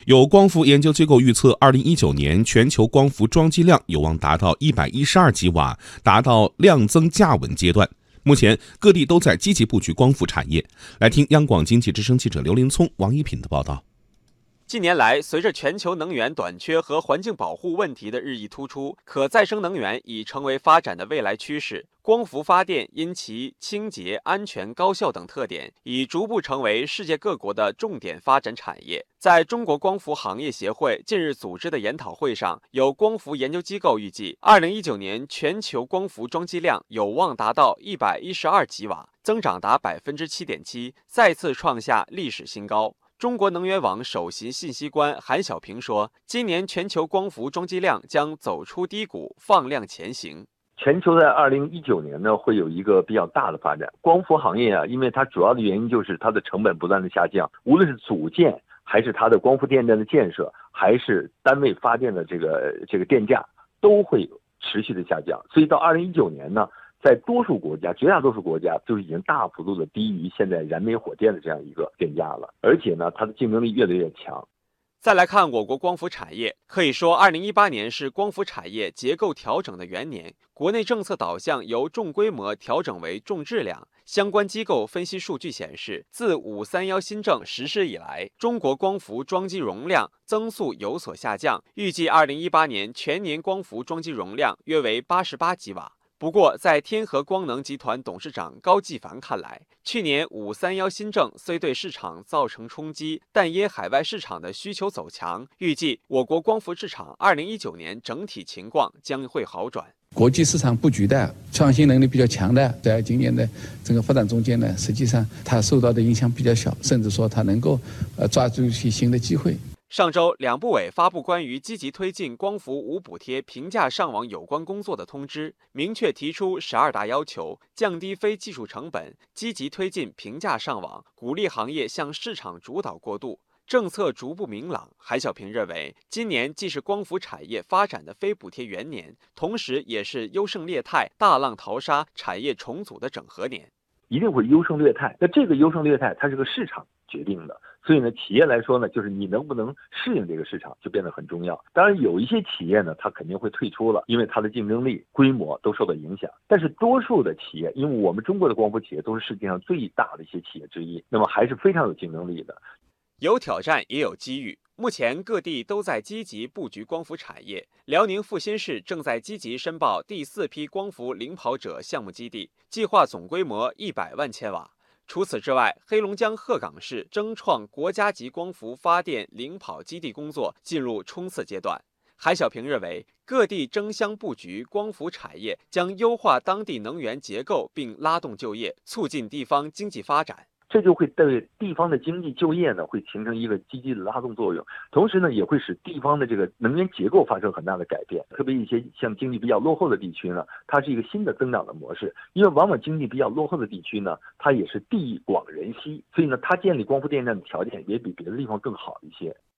有光伏研究机构预测，2019年全球光伏装机量有望达到112吉瓦，达到量增价稳阶段。目前各地都在积极布局光伏产业。来听央广经济之声记者刘林聪、王一品的报道。 近年来，随着全球能源短缺和环境保护问题的日益突出，可再生能源已成为发展的未来趋势。光伏发电因其清洁、安全、高效等特点，已逐步成为世界各国的重点发展产业。在中国光伏行业协会近日组织的研讨会上，有光伏研究机构预计，2019年全球光伏装机量有望达到112吉瓦，增长达7.7%，再次创下历史新高。中国能源网首席信息官韩小平说，今年全球光伏装机量将走出低谷，放量前行。 全球在2019年呢，会有一个比较大的发展。光伏行业啊，因为它主要的原因就是它的成本不断的下降，无论是组件，还是它的光伏电站的建设，还是单位发电的这个电价，都会持续的下降。所以到2019年呢，在多数国家，绝大多数国家就已经大幅度的低于现在燃煤火电的这样一个电价了，而且呢，它的竞争力越来越强。 再来看我国光伏产业，可以说2018年是光伏产业结构调整的元年，国内政策导向由重规模调整为重质量。相关机构分析数据显示，自531新政实施以来，中国光伏装机容量增速有所下降，预计2018年全年光伏装机容量约为88吉瓦。不过，在天合光能集团董事长高继凡看来，去年531新政虽对市场造成冲击，但因海外市场的需求走强，预计我国光伏市场2019年整体情况将会好转。 国际市场布局的创新能力比较强的，在今年的整个发展中间呢，实际上它受到的影响比较小，甚至说它能够抓住一些新的机会。 上周，两部委发布关于积极推进光伏无补贴平价上网有关工作的通知，明确提出12大要求，降低非技术成本，积极推进平价上网，鼓励行业向市场主导过渡。政策逐步明朗，韩小平认为，今年既是光伏产业发展的非补贴元年，同时也是优胜劣汰、大浪淘沙、产业重组的整合年。 一定会优胜劣汰，那这个优胜劣汰它是个市场决定的，所以呢，企业来说呢，就是你能不能适应这个市场就变得很重要。当然有一些企业呢，它肯定会退出了，因为它的竞争力、规模都受到影响。但是多数的企业，因为我们中国的光伏企业都是世界上最大的一些企业之一，那么还是非常有竞争力的。 有挑战也有机遇，目前各地都在积极布局光伏产业。辽宁阜新市正在积极申报第4批光伏领跑者项目基地，计划总规模100万千瓦。除此之外，黑龙江鹤岗市争创国家级光伏发电领跑基地工作进入冲刺阶段。韩小平认为，各地争相布局光伏产业，将优化当地能源结构，并拉动就业，促进地方经济发展。 这就会对地方的经济就业呢，会形成一个积极的拉动作用，同时呢，也会使地方的这个能源结构发生很大的改变。特别一些像经济比较落后的地区呢，它是一个新的增长的模式，因为往往经济比较落后的地区呢，它也是地广人稀，所以呢，它建立光伏电站的条件也比别的地方更好一些。